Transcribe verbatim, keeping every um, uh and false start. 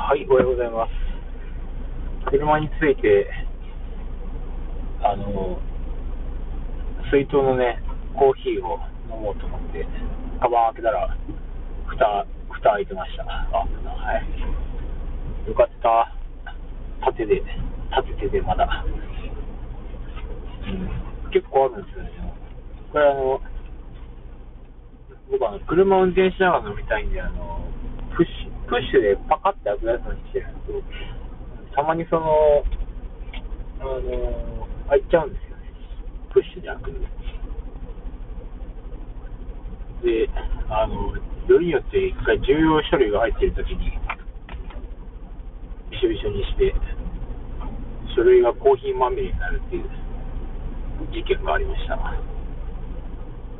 はい、おはようございます。車について、あの、水筒のね、コーヒーを飲もうと思って、カバン開けたら、蓋、蓋開いてました。あ、はい。よかった。縦で、縦手でまだ。うん、結構あるんですよね。これあの、僕あの、車を運転しながら飲みたいんで、あの、プッシュ、プッシュでパカって開くやつにしてるんですけど、たまにその、あの、開いちゃうんですよね。プッシュで開くんで。で、あの、よりによって一回重要書類が入っているときに、びしょびしょにして、書類がコーヒーまみれになるっていう事件がありました。